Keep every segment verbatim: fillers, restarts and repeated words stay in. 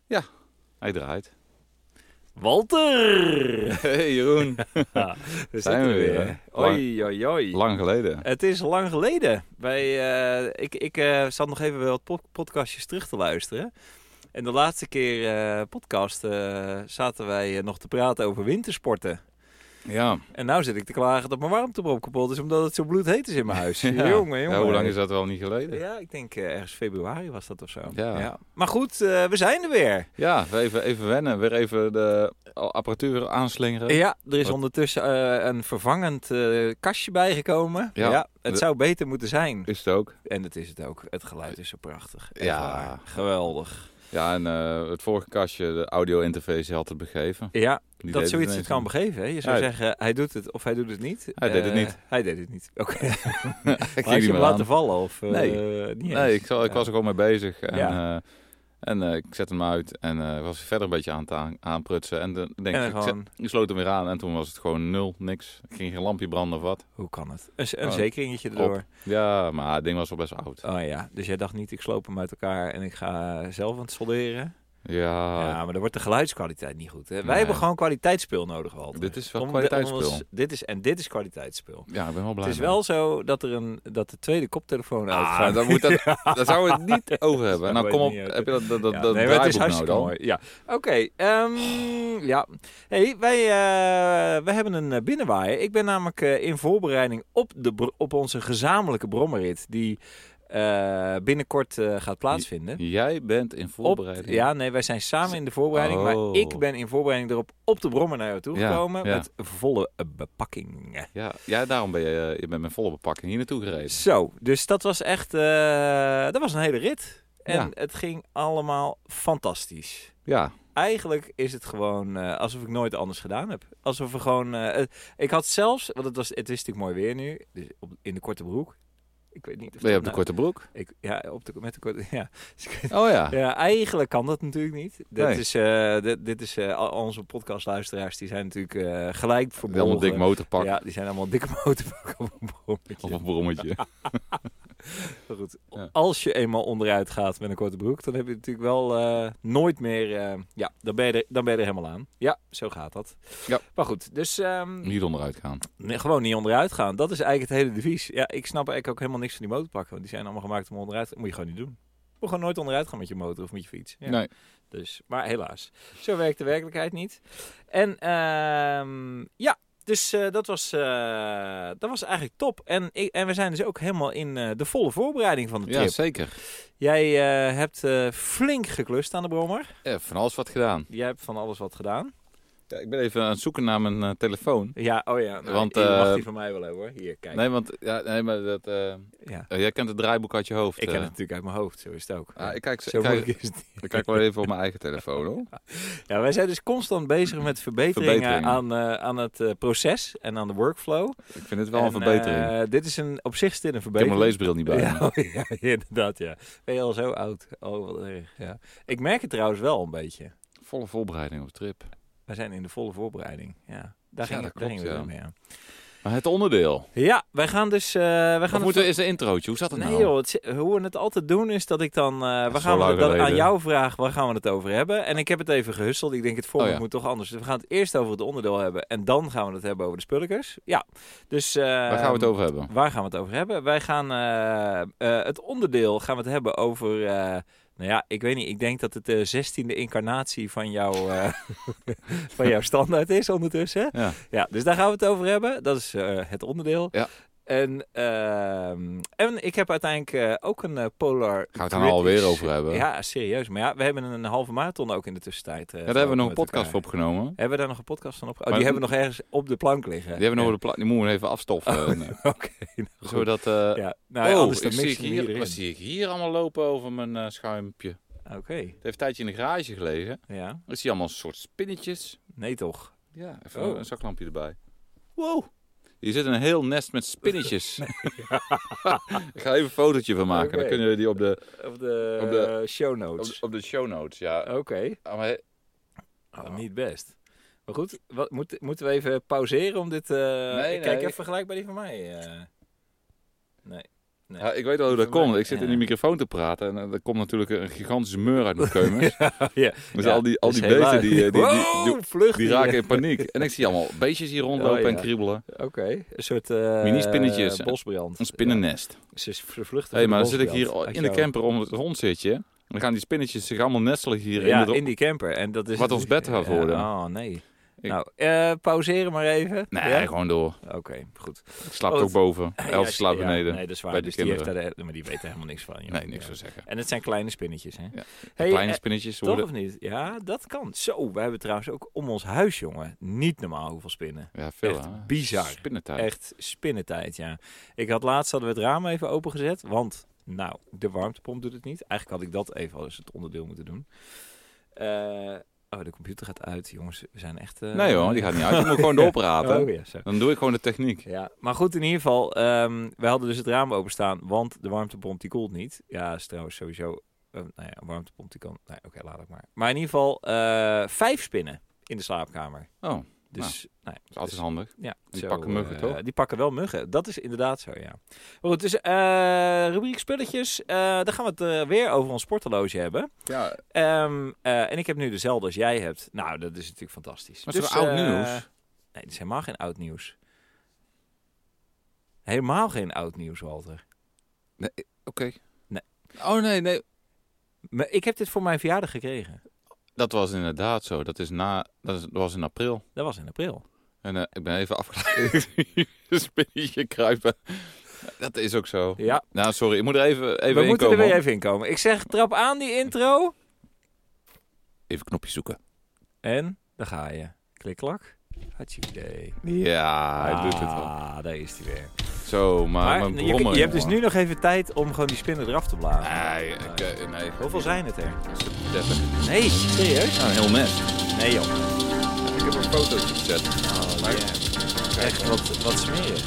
Ja, hij draait. Walter! Hey Jeroen. Ja, we Zijn we weer, hè? Oei, oei, oei. Lang geleden. Het is lang geleden. Wij, uh, ik ik uh, zat nog even wat pod- podcastjes terug te luisteren. En de laatste keer uh, podcast uh, zaten wij uh, nog te praten over wintersporten. Ja. En nou zit ik te klagen dat mijn warmtepomp kapot is, omdat het zo bloedheet is in mijn huis. Ja. Jongen, jongen. Ja, hoe lang is dat wel niet geleden? Ja, ik denk uh, ergens februari was dat of zo. Ja. Ja. Maar goed, uh, we zijn er weer. Ja, even, even wennen. Weer even de apparatuur aanslingeren. Ja, er is Wat? ondertussen uh, een vervangend uh, kastje bijgekomen. Ja. Ja, het De... zou beter moeten zijn. Is het ook. En dat is het ook. Het geluid is zo prachtig. Echt Ja. waar. Geweldig. Ja, en uh, het vorige kastje, de audio-interface, had het begeven. Ja, Die dat deed zoiets het het kan begeven. Hè? Je zou Ja. zeggen, hij doet het of hij doet het niet. Hij deed het Uh, niet. Hij deed het niet. Oké. Okay. Ik Had ging je niet hem meer laten aan. vallen? Of, uh, Nee. niet Nee, eens? ik, zal, ik Ja. was er gewoon mee bezig. En, Ja. uh, en uh, ik zette hem uit en uh, was verder een beetje aan het aan, aanprutsen. En dan denk En ik, ik, gewoon- zet- ik sloot hem weer aan en toen was het gewoon nul, niks. Er ging geen lampje branden of wat. Hoe kan het? Een, een Oh. zekeringetje Op. erdoor. Ja, maar het ding was al best oud. Oh ja, dus jij dacht niet, ik sloop hem uit elkaar en ik ga zelf aan het solderen? Ja, Ja, maar dan wordt de geluidskwaliteit niet goed. Hè? Wij Nee. hebben gewoon kwaliteitsspeel nodig, Walter. dit is wel Om de- kwaliteitsspul. om ons- dit is, en dit is kwaliteitsspeel. Ja, ik ben wel blij Het is mee. wel zo dat er een dat de tweede koptelefoon Ah, uitgaat. daar, moet dat, daar zouden we het niet over hebben. Daar Nou, kom wil op. je niet Heb je dat, dat, dat, Ja, dat nee, maar het is draaiboek nou hartstikke dan? mooi. Ja. Oké, ehm, ja. Hey, wij, uh, wij hebben een uh, binnenwaaier. Ik ben namelijk uh, in voorbereiding op, de br- op onze gezamenlijke brommerrit die uh, binnenkort uh, gaat plaatsvinden. Jij bent in Op, voorbereiding. ja, nee, wij zijn samen in de voorbereiding, Oh. maar ik ben in voorbereiding erop op de brommer naar jou toe Ja, gekomen ja. met volle uh, bepakking. Ja, ja, daarom ben je, uh, je bent met volle bepakking hier naartoe gereden. Zo, dus dat was echt, uh, dat was een hele rit. En Ja. het ging allemaal fantastisch. Ja, Eigenlijk is het gewoon uh, alsof ik nooit anders gedaan heb. Alsof we gewoon... Uh, ik had zelfs... Want het, was, het is natuurlijk mooi weer nu. Dus op, in de korte broek. Ik weet niet of ben je dat op de nou- korte broek? Ik, ja, op de, met de korte... Ja. Oh ja. Ja, eigenlijk kan dat natuurlijk niet. Dit Nee. is, uh, dit, dit is uh, al onze podcastluisteraars. Die zijn natuurlijk uh, gelijk verbolgen. Helemaal dik motorpak Ja, die zijn allemaal dikke motorpakken op een brommetje. of een brommetje. Maar goed, Ja. als je eenmaal onderuit gaat met een korte broek, dan heb je natuurlijk wel uh, nooit meer... Uh, ja, dan ben, je er, dan ben je er helemaal aan. Ja, zo gaat dat. Ja. Maar goed, dus um, Niet onderuit gaan. nee, gewoon niet onderuit gaan. Dat is eigenlijk het hele devies. Ja, ik snap eigenlijk ook helemaal niks van die motorpakken. Want die zijn allemaal gemaakt om onderuit te gaan. Moet je gewoon niet doen. Je moet gewoon nooit onderuit gaan met je motor of met je fiets. Ja. Nee. Dus, maar helaas. Zo werkt de werkelijkheid niet. En um, ja, dus uh, dat, was, uh, dat was eigenlijk top. En, ik, en we zijn dus ook helemaal in uh, de volle voorbereiding van de trip. Ja, zeker. Jij uh, hebt uh, flink geklust aan de brommer. Ja, van alles wat gedaan. Jij hebt van alles wat gedaan. Ja, ik ben even aan het zoeken naar mijn uh, telefoon. Ja, oh ja. Nou, Want, je mag uh, die van mij wel hebben hoor. Hier, kijk. Nee, want ja, nee, maar dat, uh, Ja. uh, jij kent het draaiboek uit je hoofd. Ik ken uh. het natuurlijk uit mijn hoofd. Zo is het ook. Ah, ik kijk, Zo ik kijk, moeilijk is het niet. ik kijk wel even op mijn eigen telefoon hoor. Ja, wij zijn dus constant bezig met verbeteringen, Verbeteringen. Aan, uh, aan het uh, proces en aan de workflow. Ik vind het wel En, een verbetering. Uh, dit is een, op zich is dit een Ik heb verbetering. mijn leesbril niet bij Ja, me. oh, ja, inderdaad, ja. Ben je al zo oud? Oh, wat erg, ja. Ik merk het trouwens wel een beetje. Volle voorbereiding op de trip. We zijn in de volle voorbereiding, ja. Daar Ja, gingen dat daar gingen we klopt, weer ja. mee aan. Maar het onderdeel. Ja, wij gaan dus... Uh, wij Of gaan moeten we eens een introotje? Hoe zat het Nee nou? joh, het, zi- hoe we het altijd doen is dat ik dan... Uh, waar zo gaan we lang het dan aan geleden. jou vragen, waar gaan we het over hebben? En ik heb het even gehusteld. Ik denk het voorbeeld Oh ja. moet toch anders. Dus we gaan het eerst over het onderdeel hebben. En dan gaan we het hebben over de spulletjes. Ja, dus... Uh, Waar gaan we het over hebben? Waar gaan we het over hebben? Wij gaan... Uh, uh, het onderdeel gaan we het hebben over... Uh, nou ja, ik weet niet. Ik denk dat het de zestiende incarnatie van, jou, uh, van jouw standaard is ondertussen. Ja. Ja, dus daar gaan we het over hebben. Dat is uh, het onderdeel. Ja. En, uh, en ik heb uiteindelijk uh, ook een uh, Polar... Gaan we het dan alweer over hebben? Ja, serieus. Maar ja, we hebben een halve marathon ook in de tussentijd. Uh, Ja, daar hebben we nog een met podcast voor elkaar. opgenomen. Hebben we daar nog een podcast van op? Oh, Maar- die hebben we nog ergens op de plank liggen. Die hebben we nog ja. op de pla- Die moeten we even afstoffen. Oh, Nee. Oké, nou goed. Zodat... Uh, Ja, nou, oh, anders dan ik mix zie je hier, erin. wat zie ik hier allemaal lopen over mijn uh, schuimpje? Oké, Het heeft een tijdje in de garage gelegen. ja. Ik zie allemaal een soort spinnetjes. Nee toch? Ja, even Oh. een zaklampje erbij. Wow. Hier zit een heel nest met spinnetjes. Ik ga even een fotootje van maken. Oké. Dan kunnen jullie die op de, Op de, Op de- uh, show op notes. de, op de show notes. Ja. Oké. Ah, maar, Oh, niet best. Maar goed, wat, moet, moeten we even pauzeren om dit... Uh, Nee, ik kijk nee. even gelijk bij die van mij. Uh, nee. Nee. Ja, ik weet wel hoe dat komt. Ik zit ja. in die microfoon te praten en er komt natuurlijk een gigantische meur uit mijn keumers. ja. Dus ja. al die, al die beesten beesten die, die, die, wow, die, die, die raken in paniek. En ik zie allemaal beestjes hier rondlopen oh, ja. en kriebelen. Oké, okay. Een soort uh, mini-spinnetjes. bosbrand. Een spinnennest. Ja. Ze vluchten. Hey, maar dan zit ik hier in de camper om het rondzitje. Dan gaan die spinnetjes zich allemaal nestelen hier ja, in, de ro- in die camper. En dat is wat ons bed gaat worden. Ja, oh nee. Ik... Nou, uh, pauzeren maar even. Nee, ja? gewoon door. Oké, okay, goed. Ik slaap oh, ook boven. Els slaapt ja, beneden. Nee, dat is waar. Bij Dus de die heeft daar de, maar die weten helemaal niks van. Joh. Nee, niks ja. te zeggen. En het zijn kleine spinnetjes, hè? Ja. Hey, kleine eh, spinnetjes toch worden... of niet? Ja, dat kan. Zo, we hebben trouwens ook om ons huis, jongen. Niet normaal hoeveel spinnen. Ja, veel. Echt hè? bizar. Spinnentijd. Echt spinnentijd, ja. Ik had laatst hadden we het raam even opengezet, want... Nou, de warmtepomp doet het niet. Eigenlijk had ik dat even als het onderdeel moeten doen. Uh, oh, de computer gaat uit, jongens. We zijn echt... Uh, nee hoor, die gaat niet uit. Je moet gewoon doorpraten. Oh, ja, zo. Dan doe ik gewoon de techniek. Ja, maar goed, in ieder geval. Um, we hadden dus het raam openstaan, want de warmtepomp die koelt niet. Ja, is trouwens sowieso... Uh, nou ja, een warmtepomp die kan... Nee, oké, okay, laat ik maar. Maar in ieder geval uh, vijf spinnen in de slaapkamer. Oh. Dus, nou, nou, dat is altijd dus, handig. Ja, die zo, pakken muggen, uh, toch? Die pakken wel muggen. Dat is inderdaad zo, ja. Maar goed, dus uh, rubriek spulletjes. Uh, dan gaan we het uh, weer over ons sporthorloge hebben. Ja. Um, uh, en ik heb nu dezelfde als jij hebt. Nou, dat is natuurlijk fantastisch. Maar dus, is oud uh, nieuws? Nee, dat is helemaal geen oud nieuws. Helemaal geen oud nieuws, Walter. Nee, oké. Okay. Nee. Oh, nee, nee. Maar ik heb dit voor mijn verjaardag gekregen. Dat was inderdaad zo. Dat, is na, dat, is, dat was in april. Dat was in april. En uh, ik ben even afgeleid. Een spinnetje kruipen. Dat is ook zo. Ja. Nou, sorry. Ik moet er even, even We inkomen. moeten er weer even inkomen. Ik zeg, trap aan die intro. Even knopjes zoeken. En, daar ga je. Klik-klak. Hartstikke idee. Ja, hij ah, doet het wel. Ah, daar is hij weer. Zo, maar, maar je, je, je hebt dus nu nog even tijd om gewoon die spinnen eraf te blazen. Nee, ik, uh, nee. Hoeveel zijn het er? dertig. Nee, serieus? Nou, een heel nest. Nee, joh. Ik heb een fotootje gezet. Oh, maar yeah. Echt, wat, wat smerig.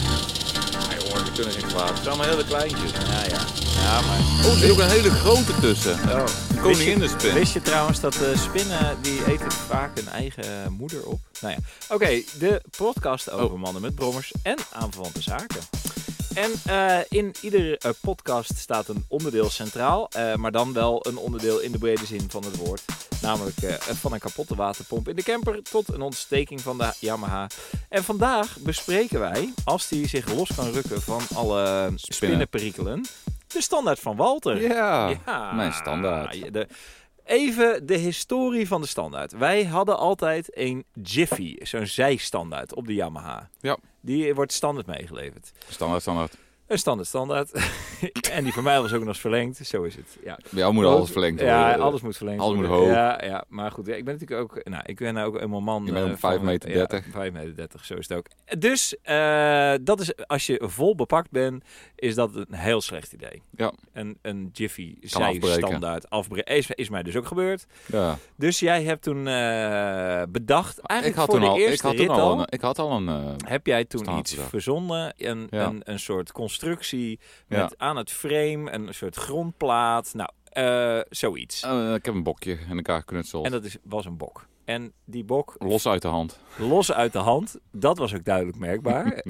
Nee hoor, die kunnen geen kwaad. Het zijn allemaal hele kleintjes. Ja, ja. Ja, maar... Oh, er zit ook een hele grote tussen. Oh. Een koninginnenspin. Wist je trouwens dat uh, spinnen, die eten vaak een eigen uh, moeder op? Nou ja. Oké, okay, de podcast over oh. mannen met brommers en aanverwante zaken. En uh, in iedere uh, podcast staat een onderdeel centraal, uh, maar dan wel een onderdeel in de brede zin van het woord. Namelijk uh, van een kapotte waterpomp in de camper tot een ontsteking van de Yamaha. En vandaag bespreken wij, als die zich los kan rukken van alle spinnenperikelen, de standaard van Walter. Ja, ja. Mijn standaard. De, even de historie van de standaard. Wij hadden altijd een Jiffy, zo'n zijstandaard op de Yamaha. Ja. Die wordt standaard meegeleverd. Standaard, standaard. Een standaard, standaard. En die van mij was ook nog eens verlengd. Zo is het. Ja. Bij jou moet alles verlengd worden. Ja, alles moet verlengd alles worden. Alles moet hoog. Ja, ja, maar goed. Ja, ik ben natuurlijk ook... Nou, ik ben ook eenmaal man... Je bent uh, op vijf meter dertig. Ja, vijf meter dertig, zo is het ook. Dus, uh, dat is... Als je vol bepakt bent, is dat een heel slecht idee. Ja. Een, een Jiffy zij-standaard afbreken. Is, is mij dus ook gebeurd. Ja. Dus jij hebt toen uh, bedacht... Eigenlijk ik had voor toen de al, eerste ik had rit toen al, al... Een, ik had al een... Uh, heb jij toen iets bedacht. verzonnen? Een, ja. een, een soort constructie... Met ja. aan het frame een soort grondplaat. Nou, uh, zoiets. Uh, ik heb een bokje in elkaar geknutseld. En dat is, was een bok. En die bok... Los uit de hand. Los uit de hand. Dat was ook duidelijk merkbaar.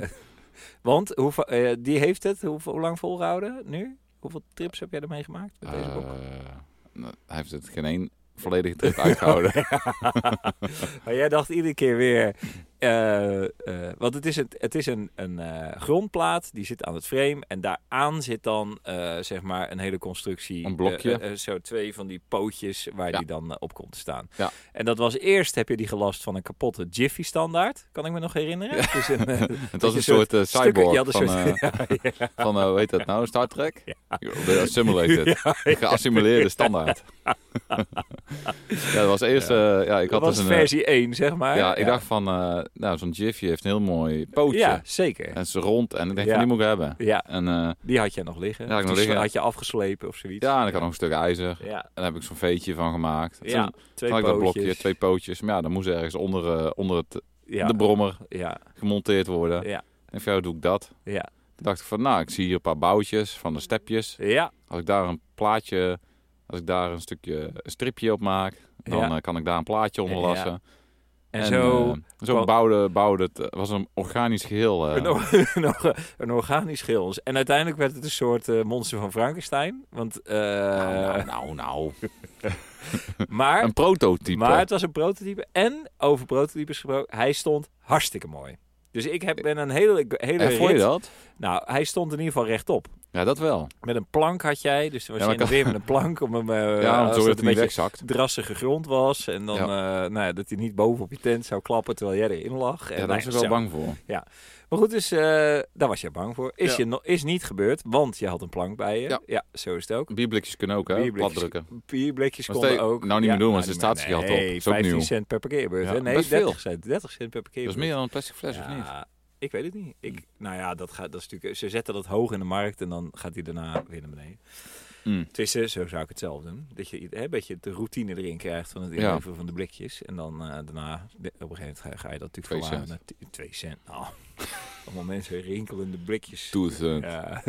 Want hoe, uh, die heeft het hoe, hoe lang volgehouden nu? Hoeveel trips heb jij ermee gemaakt met deze bok? Uh, nou, hij heeft het geen één volledige trip uitgehouden. Maar jij dacht iedere keer weer... Uh, uh, want het is, een, het is een, een uh, grondplaat, die zit aan het frame. En daaraan zit dan uh, zeg maar een hele constructie. Een blokje. Uh, uh, zo twee van die pootjes waar ja. die dan uh, op komt te staan. Ja. En dat was eerst, heb je die gelast van een kapotte Jiffy standaard. Kan ik me nog herinneren? Ja. Het, is een, uh, het was een soort uh, cyborg ja, van, soort, uh, ja, ja. van uh, hoe heet dat nou, Star Trek? Ja. Simulated. Ja, ja. Geassimileerde standaard. Ja, dat was eerst... Uh, ja, ik dat had was dus een, versie één, zeg maar. Ja, ik ja. dacht van... Uh, nou, zo'n Jiffy heeft een heel mooi pootje. Ja, zeker. En ze rond. En ik denk ja. van, die moet ik hebben. Ja. En, uh, die had je nog liggen. Ja, ik nog liggen. had je afgeslepen of zoiets. Ja, en ik had nog een stuk ijzer. Ja. En daar heb ik zo'n veetje van gemaakt. Ja, toen, twee toen pootjes. Dat blokje, twee pootjes. Maar ja, dan moest er ergens onder, uh, onder het, ja. de brommer ja. gemonteerd worden. Ja. En voor jou doe ik dat. Ja. Toen dacht ik van, nou, ik zie hier een paar boutjes van de stepjes. Ja. Als ik daar een plaatje... Als ik daar een stukje een stripje op maak, dan ja. uh, kan ik daar een plaatje onder lassen. Ja. En, en zo... Uh, zo kwam... bouwde, bouwde het... Het was een organisch geheel. Uh. Een, een, een organisch geheel. En uiteindelijk werd het een soort uh, monster van Frankenstein. Want... Uh, nou, nou, nou. nou. maar, een prototype. Maar het was een prototype. En over prototypes gesproken, hij stond hartstikke mooi. Dus ik heb, ben een hele, hele en vond je dat? Nou, hij stond in ieder geval rechtop. Ja, dat wel. Met een plank had jij, dus toen was ja, je in de weer met een plank om hem, uh, ja, als het het een beetje wegzakt. drassige grond was. En dan, ja. uh, nou ja, dat hij niet boven op je tent zou klappen terwijl jij erin lag. En ja, daar was ik wel bang voor. Ja. Maar goed, dus uh, daar was je bang voor. Is, ja. je no- is niet gebeurd, want je had een plank bij je. Ja, ja zo is het ook. Bierblikjes kunnen ook, hè? Platdrukken. Bierblikjes konden ste- ook. Nou niet ja, meer doen, want nou, ze staat zich altijd op. Nee, vijftien cent per parkeerbeurt. Ja, nee, dertig cent, dertig cent per parkeerbeurt. Dat is meer dan een plastic fles, ja, of niet? Ik weet het niet. Ik, nou ja, dat gaat, dat is natuurlijk, ze zetten dat hoog in de markt en dan gaat hij daarna weer naar beneden. Mm. Tussen, zo zou ik het zelf doen. Dat je hè, een beetje de routine erin krijgt van het inleveren ja. van de blikjes. En dan uh, daarna, op een gegeven moment ga, ga je dat natuurlijk verlagen naar t- twee cent. Nou, allemaal mensen rinkelende blikjes. Two cent. Ja.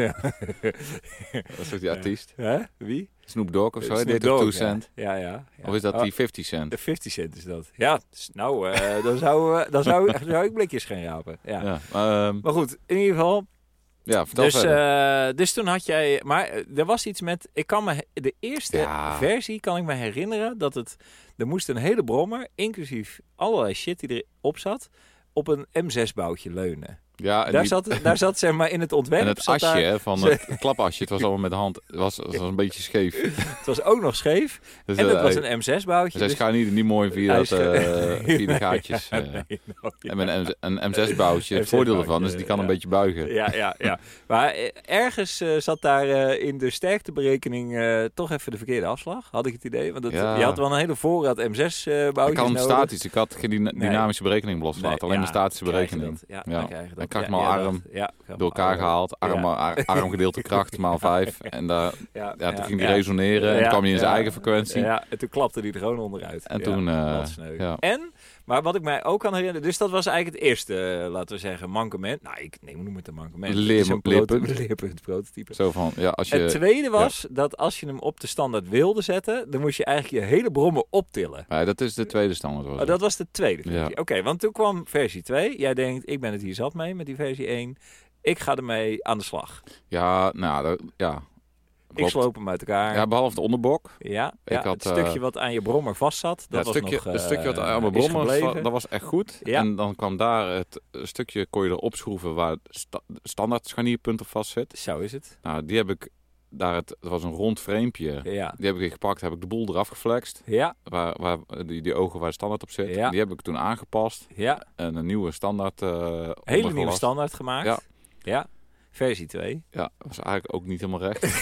Dat is ook die artiest. Huh? Wie? Snoop Dogg of zo, die heet ook two cent. Ja, ja, ja. Of is dat die fifty cent? De fifty cent is dat. Ja, nou, uh, dan, zou, uh, dan zou, zou ik blikjes gaan rapen. Ja. Ja, um, maar goed, in ieder geval... Ja, vertel dus, uh, dus toen had jij... Maar er was iets met... Ik kan me... De eerste ja. versie kan ik me herinneren dat het... Er moest een hele brommer, inclusief allerlei shit die erop zat, op een M zes boutje leunen. Ja, en daar, die... zat, daar zat zeg maar in het ontwerp... En het asje daar... van het klapasje, het was allemaal met de hand, het was, het was een beetje scheef. Het was ook nog scheef. Dus, en het uh, was een M zes boutje. Zij dus... gaan niet, niet mooi via, dat, uh, via de gaatjes. Uh. Nee, no, ja. En met een, een M zes boutje, het voordeel ervan is, die kan ja. een beetje buigen. Ja, ja, ja. Maar ergens uh, zat daar uh, in de sterkteberekening uh, toch even de verkeerde afslag, had ik het idee. Want het, ja. je had wel een hele voorraad M zes uh, boutjes Ik kan nodig. statisch, ik had geen dynamische nee. berekening losgelaten, nee, alleen ja, de statische berekening. Ja, ja. Dan krijg je dat. Krijg ik mijn ja, arm ja, door elkaar gehaald. Arm, ja. armgedeelte kracht maal vijf. En daar, ja, ja, toen ja, ging hij ja. resoneren. En ja, toen kwam hij in zijn ja, eigen frequentie. Ja, en toen klapte hij er gewoon onderuit. En ja, toen... Uh, ja. En, maar wat ik mij ook kan herinneren... Dus dat was eigenlijk het eerste, uh, laten we zeggen, mankement. Nou, ik nee, noem het een mankement. Leer, een leerpunt. Leerpunt prototype. Zo van, ja, als je, het tweede was ja. dat als je hem op de standaard wilde zetten... dan moest je eigenlijk je hele brommer optillen. Ja, dat is de tweede standaard. Was oh, dat was de tweede versie. Ja. Oké, okay, want toen kwam versie twee. Jij denkt, ik ben het hier zat mee met die versie één... Ik ga ermee aan de slag. Ja, nou, dat, ja. Ik sloop hem uit elkaar. Ja, behalve de onderbok. Ja, ik ja had, het stukje uh, wat aan je brommer vast zat. Dat ja, het, was stukje, nog, uh, het stukje wat aan mijn brommer was, dat was echt goed. Ja. En dan kwam daar het stukje, kon je erop schroeven waar sta, standaard scharnierpunt op vast zit. Zo is het. Nou, die heb ik, daar het, het was een rond framepje. Ja. Die heb ik gepakt, heb ik de boel eraf geflext. Ja. Waar, waar, die, die ogen waar de standaard op zit. Ja. Die heb ik toen aangepast. Ja. En een nieuwe standaard uh, Hele nieuwe standaard gemaakt. Ja. Ja. Versie twee. Ja, dat was eigenlijk ook niet helemaal recht.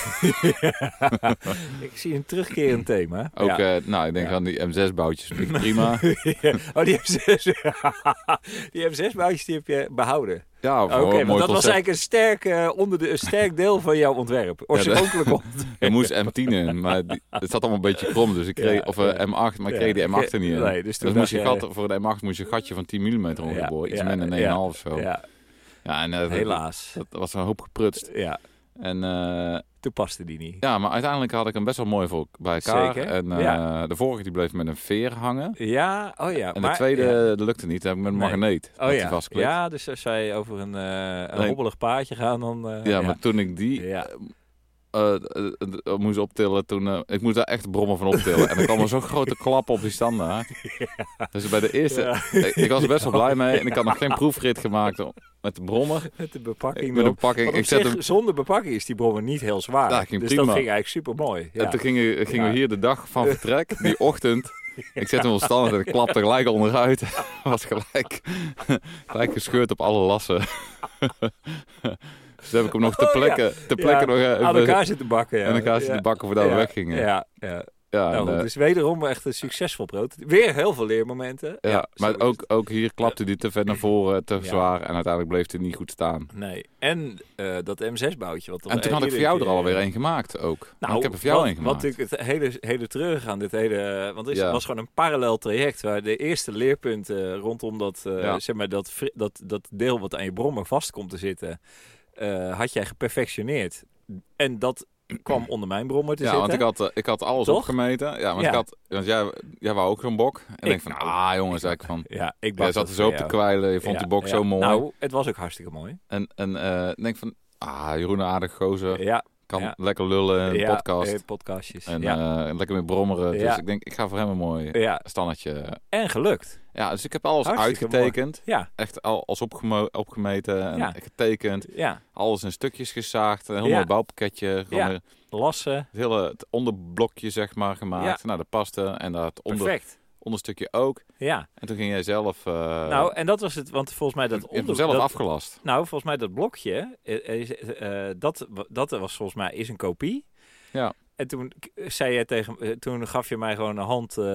Ik zie een terugkerend thema. Ook, ja. uh, nou, ik denk ja. aan die M zes boutjes, prima. Oh, die M zes, die M zes boutjes die heb je behouden. Ja, oké, okay, want dat was eigenlijk een sterk, uh, onder de, een sterk deel van jouw ontwerp. Oorspronkelijk ontwerp. Er moest M tien in, maar die, het zat allemaal een beetje krom. Dus ik kreeg, ja, of uh, ja. M acht, maar ik kreeg die M acht er niet in. Nee, dus dus moest je gat, ja. voor de M acht moest je een gatje van tien millimeter onderboren. Ja, iets ja, minder dan één komma vijf ja, of zo. Ja. Ja, en, uh, helaas. Dat, dat was een hoop geprutst. Ja. En, uh, toen paste die niet. Ja, maar uiteindelijk had ik hem best wel mooi voor bij elkaar. Zeker. En uh, ja. de vorige die bleef met een veer hangen. Ja, oh ja. En maar, de tweede, ja. dat lukte niet. Dat heb ik met een nee. magneet. Oh ja. Ja, dus als zij over een, uh, een nee. hobbelig paadje gaan, dan... Uh, ja, ja, maar toen ik die... Ja. Uh, uh, uh, moest optillen toen uh, ik moest daar echt brommen van optillen en er kwam er zo'n grote klap op die standaard. Ja. Dus bij de eerste ja. ik, ik was er best wel blij mee en ik had nog geen proefrit gemaakt met de brommer. Met de bepakking. Met de bepakking. Ik zet hem... Zonder bepakking is die brommer niet heel zwaar. Ja, ging dus prima. dat ging eigenlijk super mooi. Ja. En toen gingen, gingen ja. we hier de dag van vertrek, die ochtend. Ik zet hem op standaard en ik klapte gelijk onderuit. Was gelijk, gelijk gescheurd op alle lassen. Dus heb ik hem nog ter plekke, oh, ja. ter plekke ja, nog even, aan elkaar zitten bakken. Ja. En elkaar zitten ja. bakken voordat ja. we weggingen. Ja, ja. Ja, nou, en, uh, dus wederom echt een succesvol prototype. Weer heel veel leermomenten. Ja, ja maar ook, ook hier klapte hij te ver naar voren, te ja. zwaar. En uiteindelijk bleef hij niet goed staan. Nee, en uh, dat M zes boutje. Wat en toen had ik voor jou er alweer één gemaakt ook. Nou, ik heb er voor jou één gemaakt. Want ik het hele, hele treurig aan dit hele... Want het ja. was gewoon een parallel traject. Waar de eerste leerpunten rondom dat, uh, ja. zeg maar dat, dat, dat deel wat aan je brommer vast komt te zitten... Uh, had jij geperfectioneerd. En dat kwam onder mijn brommer te ja, zitten. want ik had, uh, ik had alles Toch? opgemeten. Ja, want, Ja. ik had, want jij, jij wou ook zo'n bok. En ik denk van, nou, ah jongens, zei ik van... Ja, ik Jij zat er zo op te kwijlen, je vond ja, die bok ja. zo mooi. Nou, het was ook hartstikke mooi. En, en uh, denk van, ah, Jeroen, aardig gozer. Ja. Kan ja. lekker lullen in een ja, podcast. Eh, podcastjes. En ja. uh, lekker mee brommeren. Ja. Dus ik denk, ik ga voor hem een mooi ja. standaardje. En gelukt. Ja, dus ik heb alles Hartstikke uitgetekend. mooi. Ja. Echt al, als opgemo- opgemeten en Ja. getekend. Ja. Alles in stukjes gezaagd. Een heel Ja. mooi bouwpakketje. Gewoon Ja. weer Lassen. Het hele het onderblokje, zeg maar, gemaakt. Ja. Nou, dat paste. En dat onder, Perfect. onderstukje ook. Ja. En toen ging jij zelf... Uh, Nou, en dat was het, want volgens mij dat je hebt hem onder... zelf dat, afgelast. Nou, volgens mij dat blokje, uh, is, uh, dat, dat was volgens mij is een kopie. Ja. En toen zei jij tegen, uh, toen gaf je mij gewoon een hand uh,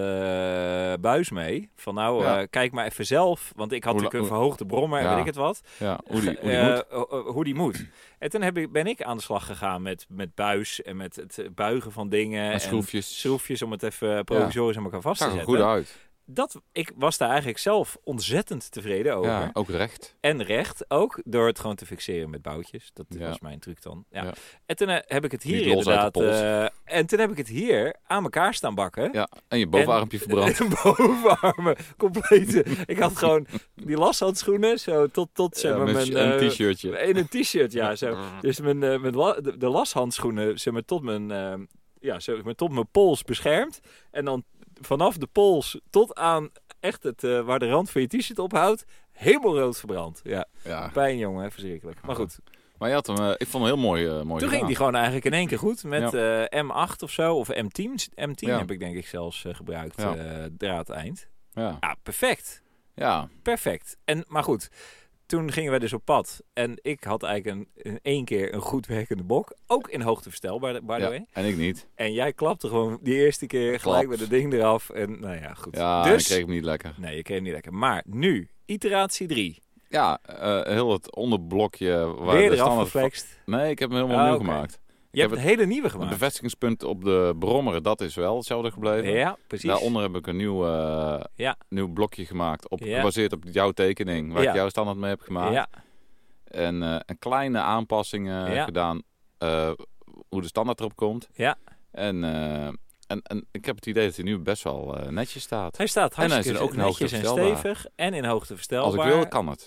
buis mee. Van nou, Ja. uh, kijk maar even zelf. Want ik had Hoe, natuurlijk een hoe, verhoogde brommer en ja. weet ik het wat. Ja, hoe die, hoe die Uh, moet. uh, uh, hoe die moet. En toen heb ik, ben ik aan de slag gegaan met, met buis en met het buigen van dingen. En schroefjes. En schroefjes om het even provisorisch aan elkaar vast te Zag er zetten. goed uit. Dat, ik was daar eigenlijk zelf ontzettend tevreden over. Ja, ook recht. En recht ook, door het gewoon te fixeren met boutjes. Dat Ja. was mijn truc dan. Ja. Ja. En toen uh, heb ik het hier Niet los uit inderdaad... de pols. Uh, en toen heb ik het hier aan elkaar staan bakken. Ja, en je bovenarmpje verbrand. En bovenarmen, complete. Ik had gewoon die lashandschoenen, zo tot, tot zeg Ja, maar, met mijn... een uh, t-shirtje. In een t-shirt, ja. Zo. Dus mijn, uh, mijn la, de, de lashandschoenen, zeg maar, tot mijn... Uh, ja, zeg maar, tot mijn pols beschermd. En dan vanaf de pols tot aan echt het, uh, waar de rand van je t-shirt ophoudt, helemaal rood verbrand. Ja, Ja. Pijn, jongen, verschrikkelijk. Maar goed. Maar je had hem, uh, ik vond hem heel mooi, uh, mooi Toen gedaan. ging die gewoon eigenlijk in één keer goed. Met Ja. uh, M acht of zo, of M tien. M tien Ja. heb ik denk ik zelfs uh, gebruikt, Ja. uh, draad eind. Ja. Ja, perfect. Ja. Perfect. En, maar goed, toen gingen wij dus op pad. En ik had eigenlijk een, in één keer een goed werkende bok. Ook in hoogte verstelbaar, by the Ja. way. En ik niet. En jij klapte gewoon die eerste keer gelijk Klapt. met het ding eraf. En nou ja, goed. Ja, dus, ik kreeg hem niet lekker. Nee, je kreeg hem niet lekker. Maar nu, iteratie drie. Ja, uh, heel het onderblokje. Waar Weer de eraf standaard geflext. van... Nee, ik heb hem helemaal Ah, nieuw okay. gemaakt. Je heb hebt een hele nieuwe Het gemaakt. bevestigingspunt op de brommer, dat is wel hetzelfde gebleven. Ja, precies. Daaronder heb ik een nieuw, uh, Ja. nieuw blokje gemaakt, op, Ja. gebaseerd op jouw tekening, waar Ja. ik jouw standaard mee heb gemaakt. Ja, En, uh, en kleine aanpassingen Ja. gedaan, uh, hoe de standaard erop komt. ja. En, uh, en, en ik heb het idee dat hij nu best wel uh, netjes staat. Hij staat En hij is hartstikke ook in hoogte netjes en verstelbaar. stevig. En in hoogte Als verstelbaar. ik wil, kan het.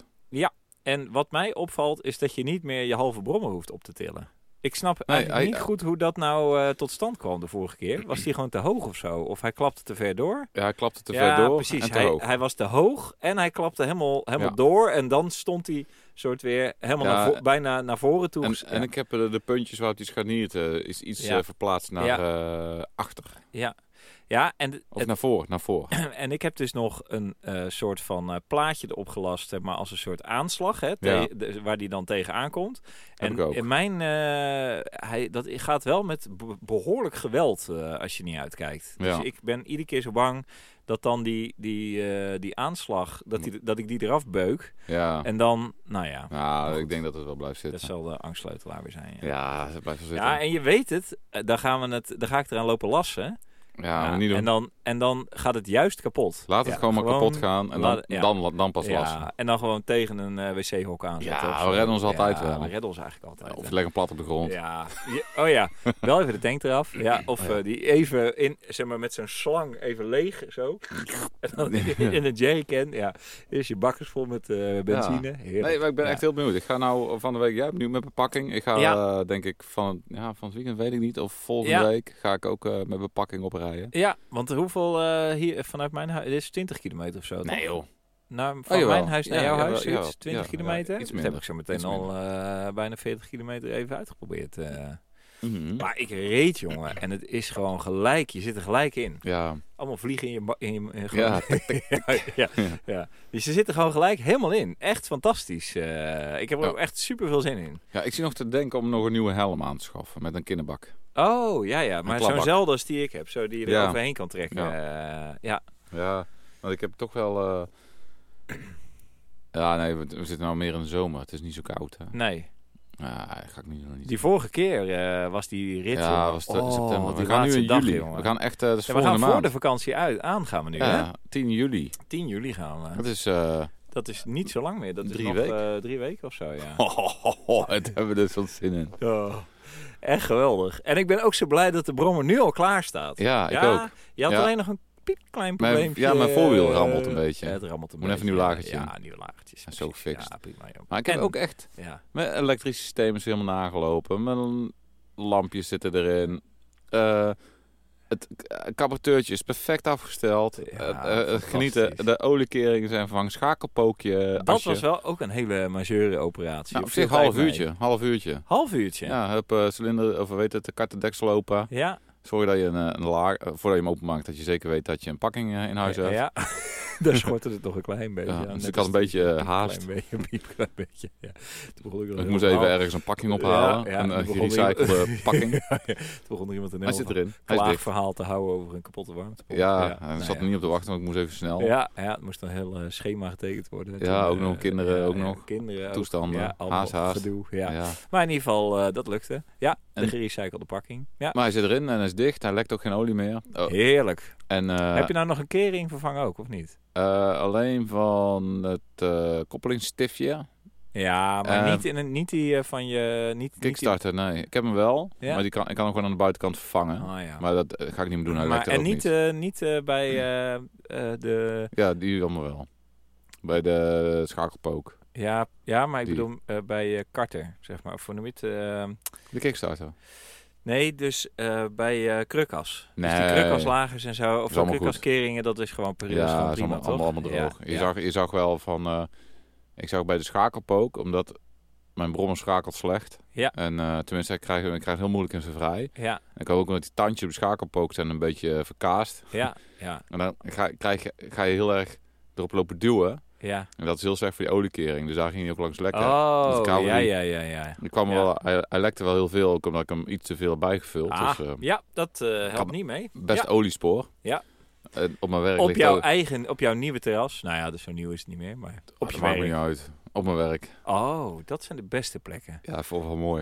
En wat mij opvalt, is dat je niet meer je halve brommer hoeft op te tillen. Ik snap Nee, eigenlijk hij- niet goed hoe dat nou uh, tot stand kwam de vorige keer. Was die gewoon te hoog of zo? Of hij klapte te ver door? Ja, hij klapte te ja, ver door precies. en te hij, hoog. hij was te hoog en hij klapte helemaal, helemaal Ja. door. En dan stond hij soort weer helemaal Ja, naar vo- bijna naar voren toe. En, ges- en ja. ik heb uh, de puntjes waar het die scharniert uh, is iets Ja. uh, verplaatst naar Ja. uh, achter. ja. Ja, en, de- Of het- naar voor, naar voor. en ik heb dus nog een uh, soort van uh, plaatje erop gelast, zeg maar als een soort aanslag, hè, te- Ja. de- waar die dan tegenaan komt. Heb En ik ook. in mijn, uh, hij, dat gaat wel met be- behoorlijk geweld uh, als je niet uitkijkt. Dus Ja. ik ben iedere keer zo bang dat dan die, die, uh, die aanslag, dat, die, dat ik die eraf beuk. Ja, En dan, nou ja, ja goed. ik denk dat het wel blijft dat zitten. zal de angstsleutelaar weer zijn. Ja, Ja, het blijft wel zitten. ja en je weet het, uh, dan, gaan we het, dan ga ik eraan lopen lassen. Ja, Ja, maar niet doen. en, dan, en dan gaat het juist kapot. Laat het Ja, gewoon maar kapot gaan en dan, laat- ja. dan, dan pas Ja, lassen. en dan gewoon tegen een uh, wc-hok aanzetten. Ja, of we zo. redden ons altijd Ja, wel. we redden ons eigenlijk altijd. Of hè. leg hem plat op de grond. Ja. Ja, oh ja, wel even de tank eraf. Ja, of uh, die even in, zeg maar, met zo'n slang even leeg, zo. En dan in, in een jerrycan. Ja, eerst je bakkers vol met uh, benzine. Heerlijk. Nee, maar ik ben Ja. echt heel benieuwd. Ik ga nou van de week, jij hebt nu met bepakking. Ik ga, Ja. uh, denk ik, van, ja, van het weekend weet ik niet. Of volgende Ja. week ga ik ook uh, met bepakking oprijden. Ja, want hoeveel uh, hier vanuit mijn huis? Dit is twintig kilometer of zo. Nee toch? joh. Naar, van Oh, jawel. mijn huis naar Ja, jouw jawel, huis, jawel. zoiets, twintig Ja, kilometer. ja, iets dat minder. heb ik zo meteen Iets al uh, bijna veertig kilometer even uitgeprobeerd. Uh. Mm-hmm. Maar ik reed, jongen. En het is gewoon gelijk. Je zit er gelijk in. Ja, Allemaal vliegen in je... ba- In je in ja. ja, ja, ja. Dus je zit er gewoon gelijk helemaal in. Echt fantastisch. Uh, ik heb er Ja. ook echt super veel zin in. ja, ik zie nog te denken om nog een nieuwe helm aan te schaffen met een kinderbak. Oh, ja, ja. Maar zo'n klapbak. zelfde als die ik heb. Zo die je er Ja. overheen kan trekken. Ja. Uh, ja. Ja, want ik heb toch wel... Uh... Ja, nee, we, we zitten nou meer in de zomer. Het is niet zo koud. Hè. Nee. Ja, ga ik niet, nog niet Die vorige keer uh, was die rit. Ja, jongen. was te, oh, september. We die gaan nu laatste in dag, juli. jongen. We gaan echt, uh, dat is Ja, we volgende gaan voor maand. de vakantie uit, aan gaan we nu, hè? Ja, tien juli. tien juli gaan we. Dat is... Uh... Dat is niet zo lang meer. Dat is Drie nog weken. uh, drie weken of zo, ja. Oh, oh, oh, oh, het hebben we dus wat zin in. Oh. Echt geweldig. En ik ben ook zo blij dat de brommer nu al klaar staat. Ja, ik ook. Je had Ja. alleen nog een piepklein Mijn- probleempje. ja, mijn voorwiel rammelt een beetje. Ja, het rammelt een Moet beetje. even een nieuw lagertje Ja, in. nieuwe lagertjes. Ja, zo precies. gefixt. Ja, prima, joh. Maar ik heb En- ook echt... Ja. Mijn elektrische systeem is helemaal nagelopen. Mijn lampjes zitten erin. Eh, het k- carburateurtje is perfect afgesteld. Ja, Eh, eh, fantastisch. genieten. De oliekeringen zijn vervangen. Schakelpookje. Dat asje. was wel ook een hele majeure operatie. Nou, Of op zich viel het half eigenlijk uurtje. Half uurtje. mee? Half uurtje? Ja, heb uh, cilinder, of weet het, de kartendeksel open. Ja. Zorg dat je een, eh, een laag, uh, voordat je hem openmaakt, dat je zeker weet dat je een pakking uh, in huis hebt. Ja. Daar schortte het toch een klein beetje Ja, aan. dus Net ik had als een beetje, die- uh, een haast. Klein beetje, een piep, klein beetje. Ja. Toen begon ik, al Ik heel moest even verhaal- ergens een pakking ophalen. Ja, ja, een toen uh, begon er gerecyclede iemand- pakking. Ja, ja. Toen begon er iemand een Hij zit heel erin. Hij is dicht. verhaal te houden over een kapotte warmtepomp. Ja, hij nou zat ja. er niet op te wachten, want ik moest even snel. Ja, ja, het moest een heel uh, schema getekend worden. Ja, Toen, ook nog uh, kinderen, ja, ook ja, nog. kinderen, ook, Toestanden, ja, allemaal haast, haast. gedoe. Ja. Ja. Maar in ieder geval, uh, dat lukte. Ja, de En- gerecyclede pakking. Ja, Maar hij zit erin en hij is dicht. Hij lekt ook geen olie meer. Oh. heerlijk. En, uh, Heb je nou nog een kering vervangen ook, of niet? uh, alleen van het uh, koppelingsstiftje. Ja, maar Uh, niet, in een, niet die uh, van je... Niet, Kickstarter, nee. Ik heb hem wel, Ja? maar die kan, ik kan hem gewoon aan de buitenkant vervangen. Niet die, oh, ja. Maar dat uh, ga ik niet meer doen. Hij Maar- lekt er en ook niet, niet. uh, niet uh, bij uh, uh, de... Ja, die allemaal wel. Bij de schakelpook. Ja, ja, maar ik Die. bedoel uh, bij uh, Carter, zeg maar. Of voor de uh, De Kickstarter. Nee, dus uh, bij uh, Krukas. Dus die Nee. Krukaslagers en zo. Of Is allemaal Krukaskeringen, dat is gewoon per is gewoon Ja, is prima, allemaal, toch? allemaal, allemaal droog. Ja, Je, ja. Zag, je zag wel van... Uh, ik zag bij de schakelpook, omdat mijn brommer schakelt slecht. Ja. En uh, tenminste, ik krijg, ik krijg het heel moeilijk in zijn vrij. Ja, En ik hoop ook dat die tandjes op de schakelpook zijn een beetje uh, verkaast. ja, ja, En dan ga, krijg je, ga je heel erg erop lopen duwen. ja. En dat is heel slecht voor die oliekering. Dus daar ging hij ook langs lekker. Oh, Dat kabel ja, die- ja, ja, ja. Ik kwam er Ja. wel, hij, hij lekte wel heel veel, ook omdat ik hem iets te veel heb bijgevuld. Ah, Dus uh, ja, dat uh, helpt kan- niet mee. best Ja. oliespoor. Ja. Uh, op mijn werk Op ligt jouw ook- eigen, op jouw nieuwe terras. Nou ja, dus zo nieuw is het niet meer, maar op dat je maakt me werk. niet uit. Op mijn werk. Oh, dat zijn de beste plekken. Ja, ik vond het wel mooi.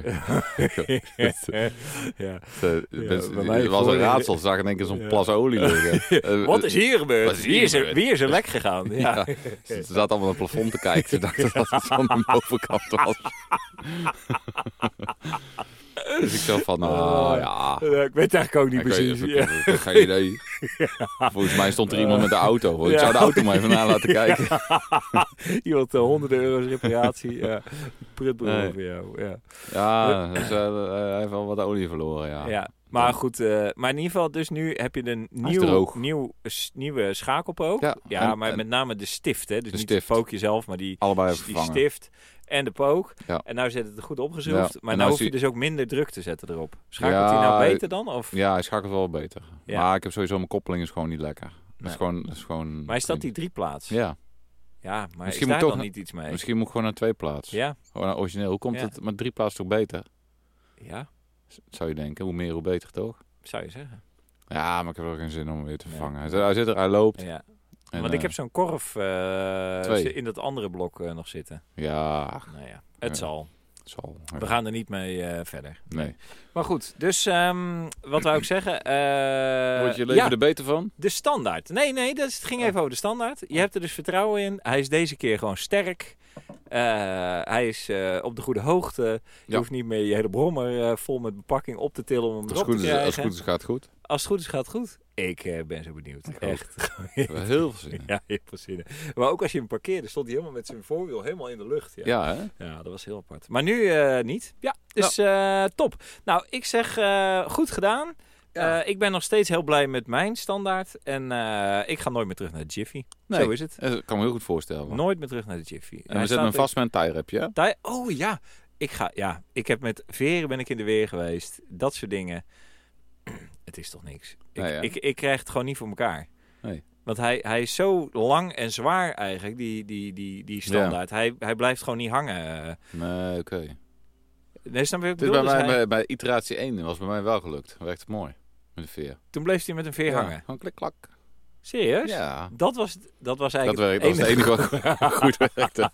ja. Het bij mij was een voor- raadsel. Zag in één keer zo'n Ja. plas olie liggen. Eh, Wat is hier gebeurd? Wat is hier wie, is er, gebeurd? wie is er lek gegaan? Ja. Ja. Ze zat allemaal op het plafond te kijken. Ze dachten dat het van de bovenkant was. Dus ik zo van, nou ja... Ja, ik weet het eigenlijk ook niet Ik, weet, precies. ik, Ja. ik heb geen idee. Volgens mij stond er iemand met de auto. Ik Ja. zou de auto maar even na laten kijken. Iemand uh, honderden euro's reparatie. Ja. Prutbureau Nee. voor jou. Ja. Ja, dus, uh, hij heeft wel wat olie verloren, ja. Ja. Maar goed, uh, maar in ieder geval, dus nu heb je een nieuw, droog. nieuw, s- nieuwe schakelpook. Ja, Ja, en- maar en- met name de stift, hè? Dus de niet stift. het pookje zelf, maar die, Allebei die even vervangen. stift en de pook. Ja. En nou zit het goed opgeschroefd, Ja, maar en nou nou hoef je zie- dus ook minder druk te zetten erop. Schakelt Ja, hij nou beter dan? Of? Ja, hij schakelt wel beter. Ja. Maar ik heb sowieso, mijn koppeling is gewoon niet lekker. Dat Nee. is gewoon... Dat is gewoon Maar is dat die drieplaats? Ja, Ja, maar Misschien is moet daar toch dan een- niet iets mee? misschien moet ik gewoon naar twee plaats. Ja? Gewoon naar origineel. Hoe komt Ja. het met drie plaats toch beter? Ja, Zou je denken. Hoe meer, hoe beter, toch? zou je zeggen. Ja, maar ik heb er ook geen zin om hem weer te Nee. vervangen. Hij zit- Hij zit er, hij loopt. Ja. En, Want ik eh, heb zo'n korf uh, Twee. in dat andere blok uh, nog zitten. Ja, Nou ja, het Ja. zal. het zal. ja. We gaan er niet mee uh, verder. Nee. Maar goed, dus um, wat wou ik zeggen? Uh, Word je leven ja, er beter van? de standaard. Nee, nee, dat is, het ging even over de standaard. Je hebt er dus vertrouwen in. Hij is deze keer gewoon sterk. Uh, hij is uh, op de goede hoogte. Je Ja. hoeft niet meer je hele brommer uh, vol met bepakking op te tillen om hem Als het erop goed te is, krijgen. als het goed is, gaat het goed. Als het goed is, gaat het goed. Ik uh, ben zo benieuwd. Ik ook. Echt. We hebben heel veel zin in. Ja, heel veel zin in. Maar ook als je hem parkeerde, stond hij helemaal met zijn voorwiel helemaal in de lucht. Ja, Ja, hè? ja dat was heel apart. Maar nu uh, niet. Ja, dus uh, top. Nou, ik zeg uh, goed gedaan. Ja. Uh, ik ben nog steeds heel blij met mijn standaard. En uh, ik ga nooit meer terug naar de Jiffy. Nee. Zo is het. Dat kan me heel goed voorstellen. Nooit meer terug naar de Jiffy. En we zetten hem vast met een tijrepje, hè? Daar, oh ja. Ik ga, ja. Ik heb met veren ben ik in de weer geweest. Dat soort dingen. Het is toch niks. Ik, Nee, ja. ik, ik krijg het gewoon niet voor elkaar. Nee. Want hij, hij is zo lang en zwaar eigenlijk, die, die, die, die standaard. Hij, hij blijft gewoon niet hangen. Nee, oké. Nee, snap je wat ik Het is bedoel? bij, Dus mij, hij- bij, bij iteratie één was bij mij wel gelukt. Werkt het mooi. Met de veer. Toen bleef hij met een veer Ja, hangen. gewoon klik, klak. Serieus? Ja. Dat was, dat was Dat, eigenlijk werkt, dat is het enige wat goed werkte.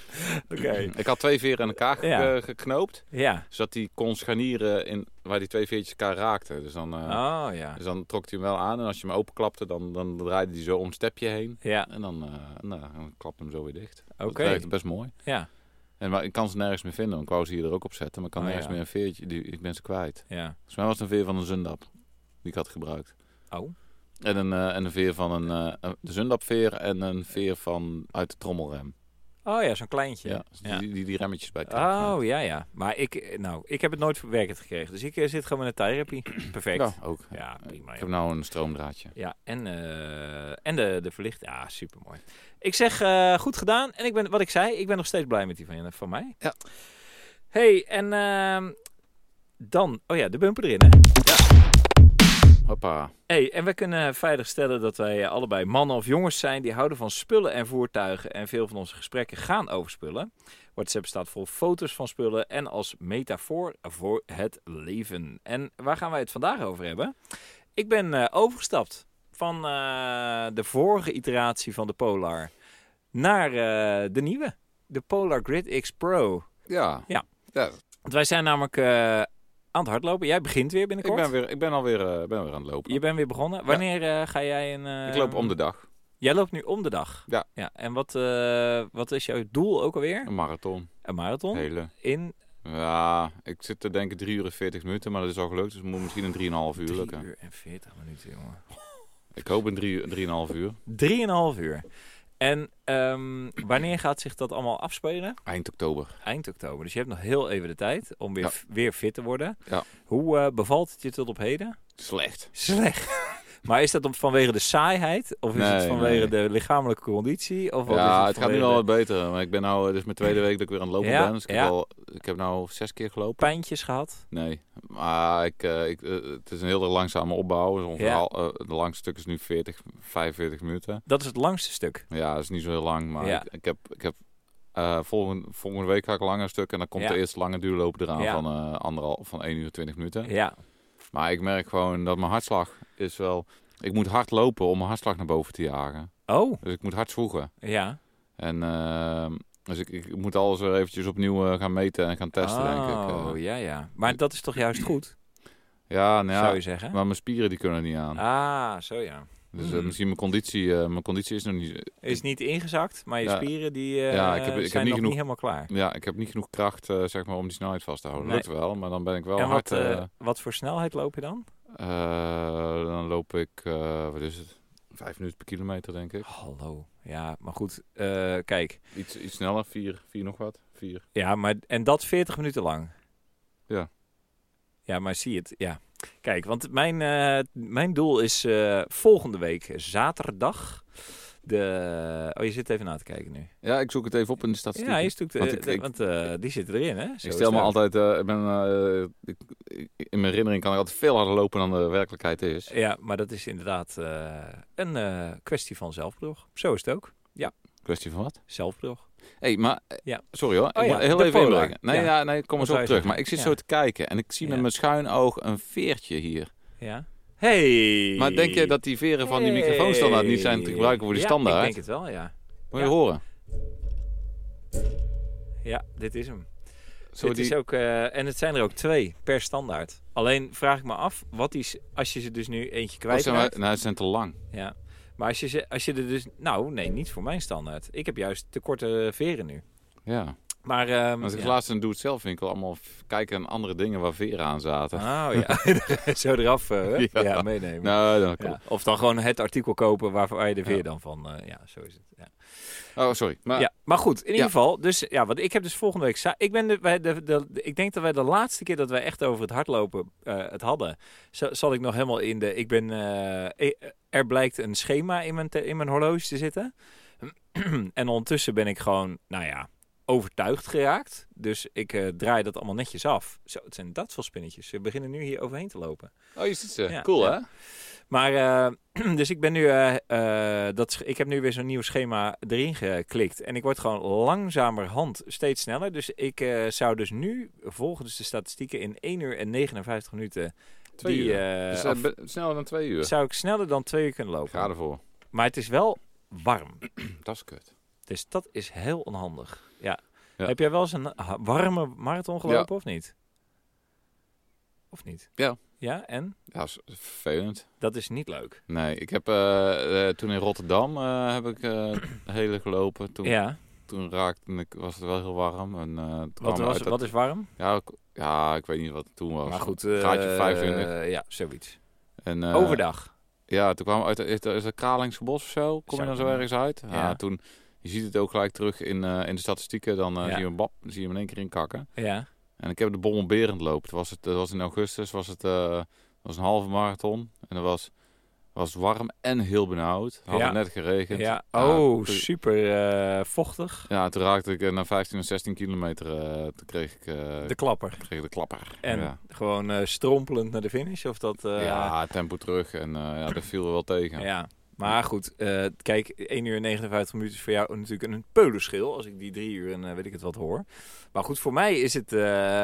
Oké. Ik had twee veren aan elkaar ge- Ja. geknoopt. Ja. Zodat hij kon scharnieren in, waar die twee veertjes elkaar raakten. Dus dan, uh, Oh ja. dus dan trok hij hem wel aan. En als je hem openklapte, dan, dan draaide hij zo om het stepje heen. Ja. En dan, uh, nou, dan klapte hem zo weer dicht. Oké. Dat werkte best mooi. Ja. En maar ik kan ze nergens meer vinden. Want ik wou ze hier er ook op zetten. Maar ik kan Oh, nergens ja. meer een veertje. Die, ik ben ze kwijt. Ja. Volgens mij was het een veer van een Zundap. Die ik had gebruikt. Oh. En een, uh, en een veer van een... Uh, een Zundap-veer en een veer van uit de trommelrem. Oh ja, zo'n kleintje. Ja, dus Ja. Die, die, die remmetjes bij trekken. Oh, ja, ja. Maar ik, nou, ik heb het nooit verwerkt gekregen. Dus ik uh, zit gewoon met een therapie. Perfect. Ja, ook. Ja, prima. Ik heb nou een stroomdraadje. Ja, en, uh, en de, de verlichting. Ja, supermooi. Ik zeg, uh, goed gedaan. En ik ben, wat ik zei, ik ben nog steeds blij met die van, van mij. Ja. Hey, en uh, dan... Oh ja, de bumper erin, hè? Ja. Hoppa. Hey, en we kunnen veilig stellen dat wij allebei mannen of jongens zijn die houden van spullen en voertuigen. En veel van onze gesprekken gaan over spullen. WhatsApp staat vol foto's van spullen en als metafoor voor het leven. En waar gaan wij het vandaag over hebben? Ik ben uh, overgestapt van uh, de vorige iteratie van de Polar naar uh, de nieuwe. De Polar Grid X Pro. Ja. Ja. ja. Want wij zijn namelijk... Uh, aan het hardlopen. Jij begint weer binnenkort. Ik ben, weer, ik ben alweer uh, ben weer aan het lopen. Je bent weer begonnen. Wanneer uh, ga jij een... Uh, ik loop om de dag. Jij loopt nu om de dag? Ja. ja. En wat, uh, wat is jouw doel ook alweer? Een marathon. Een marathon? Hele. In? Ja, ik zit te denken drie uur en veertig minuten, maar dat is al gelukt. Dus het moet misschien een drieënhalf uur lukken. drie uur en veertig minuten, jongen. Ik hoop een drie, drieënhalf uur. drieënhalf uur. En um, wanneer gaat zich dat allemaal afspelen? Eind oktober. Eind oktober. Dus je hebt nog heel even de tijd om weer, ja. f- weer fit te worden. Ja. Hoe uh, bevalt het je tot op heden? Slecht. Slecht. Maar is dat om, vanwege de saaiheid? Of is nee, het vanwege nee. de lichamelijke conditie? Of wat ja, is het, het gaat nu al wat beter. Maar ik ben nou, dit is mijn tweede week dat ik weer aan het lopen ja, ben. Dus ik, ja. heb al, ik heb nou zes keer gelopen. Pijntjes gehad? Nee. Maar ik, uh, ik, uh, het is een heel langzame opbouw. Dus ongeveer ja. al, uh, de langste stuk is nu veertig, vijfenveertig minuten. Dat is het langste stuk? Ja, dat is niet zo heel lang. Maar ja. ik, ik heb... Ik heb Uh, volgende, volgende week ga ik een langer stuk en dan komt ja. de eerste lange duurloop eraan ja. van, uh, anderhal, van één uur twintig minuten. Ja. Maar ik merk gewoon dat mijn hartslag is wel... Ik moet hard lopen om mijn hartslag naar boven te jagen. Oh. Dus ik moet hard zwoegen. Ja. En uh, dus ik, ik moet alles weer eventjes opnieuw uh, gaan meten en gaan testen, oh, denk ik. Uh, Oh, ja, ja. Maar dat is toch juist goed? Ja, nou ja. Zou je zeggen? Maar mijn spieren die kunnen niet aan. Ah, zo ja. Dus uh, misschien mijn conditie, uh, mijn conditie is nog niet... Is niet ingezakt, maar je ja, spieren die uh, ja, ik heb, ik zijn heb niet nog genoeg, niet helemaal klaar. Ja, ik heb niet genoeg kracht uh, zeg maar, om die snelheid vast te houden. Nee. Dat lukt wel, maar dan ben ik wel en hard... wat, uh, uh, wat voor snelheid loop je dan? Uh, dan loop ik, uh, wat is het? Vijf minuten per kilometer, denk ik. Hallo. Ja, maar goed. Uh, kijk. Iets, iets sneller, vier, vier nog wat. Vier. Ja, maar en dat veertig minuten lang? Ja. Ja, maar zie het. Ja. Kijk, want mijn, uh, mijn doel is uh, volgende week zaterdag. De... Oh, je zit even na te kijken nu. Ja, ik zoek het even op in de statistieken. Ja, je zoekt, uh, want, ik, de, ik, want uh, die zitten erin, hè? Zo ik stel me dat. altijd... Uh, ik ben, uh, ik, in mijn herinnering kan ik altijd veel harder lopen dan de werkelijkheid is. Ja, maar dat is inderdaad uh, een uh, kwestie van zelfbedrog. Zo is het ook. Ja. Kwestie van wat? Zelfbedrog. Hé, hey, maar... Ja. Sorry hoor, oh, ik ja, moet heel even inbrengen. Nee, ja. ja, nee, ik kom er zo op terug. zeggen? Maar ik zit ja. zo te kijken en ik zie ja. met mijn schuin oog een veertje hier. Ja. Hey. Maar denk je dat die veren van die microfoonstandaard niet zijn te gebruiken voor die ja, standaard? ik denk het wel, ja. Moet je ja. horen? Ja, dit is hem. Zo dit die... is ook, uh, en het zijn er ook twee per standaard. Alleen vraag ik me af, wat is als je ze dus nu eentje kwijtraakt? Nou, het zijn te lang. Ja. Maar als je, ze, als je er dus... Nou, nee, niet voor mijn standaard. Ik heb juist te korte veren nu. Ja. Maar, um, als ik ja. laatst een doe-het-zelf winkel allemaal kijken naar andere dingen waar veren aan zaten. Oh ja, zo eraf uh, ja. ja, meenemen. Nou, dan ja. Of dan gewoon het artikel kopen waar, waar je de veer ja. dan van... Uh, ja, zo is het. Ja. Oh, sorry. Maar, ja, maar goed, in ja. ieder geval. Dus ja, want ik heb dus volgende week... Ik, ben de, wij de, de, de, ik denk dat wij de laatste keer dat wij echt over het hardlopen uh, het hadden... Zal, zal ik nog helemaal in de... Ik ben... Uh, er blijkt een schema in mijn, te, in mijn horloge te zitten. En ondertussen ben ik gewoon, nou ja... overtuigd geraakt. Dus ik uh, draai dat allemaal netjes af. Zo, het zijn dat veel spinnetjes. Ze beginnen nu hier overheen te lopen. Oh, je ziet ze. Ja, cool, ja. hè? Maar, uh, dus ik ben nu, uh, uh, dat, ik heb nu weer zo'n nieuw schema erin geklikt. En ik word gewoon langzamerhand steeds sneller. Dus ik uh, zou dus nu, volgens de statistieken, in één uur en negenenvijftig minuten... Twee die, uur. Uh, dus, uh, be- sneller dan twee uur. Zou ik sneller dan twee uur kunnen lopen. Ga ervoor. Maar het is wel warm. Dat is kut. Dus dat is heel onhandig. Ja. Ja. Heb jij wel eens een warme marathon gelopen ja. of niet? Of niet? Ja. Ja, en? Ja, dat is vervelend. Dat is niet leuk. Nee, ik heb uh, uh, toen in Rotterdam uh, heb ik uh, hele gelopen. Toen, ja. toen raakte ik, was het wel heel warm. En, uh, toen Wat, was, uit dat, wat is warm? Ja, ik, ja, ik weet niet wat het toen was. Maar goed, uh, graadje vijfentwintig. Uh, ja, zoiets. En, uh, Overdag? Ja, toen kwamen we uit het, is het Kralingse Bos of zo. Kom je dan zo ergens uit? Ja. ja, toen, je ziet het ook gelijk terug in, uh, in de statistieken. Dan uh, ja. zie je hem bap, zie je hem in één keer in kakken. Ja. En ik heb de Bommelberend loop. Dat was, het, dat was in augustus, was het uh, was een halve marathon. En dat was... was warm en heel benauwd. Had ja. het net geregend. Ja. Oh, ja, toen, super uh, vochtig. Ja, toen raakte ik uh, na vijftien of zestien kilometer. Uh, toen kreeg ik... Uh, de klapper. Kreeg ik de klapper. En ja. gewoon uh, strompelend naar de finish? Of dat, uh, ja, tempo terug. En uh, ja, dat viel er wel tegen. Ja. Maar goed, uh, kijk, één uur en negenenvijftig minuten is voor jou natuurlijk een peulenschil. Als ik die drie uur en uh, weet ik het wat hoor. Maar goed, voor mij is het uh,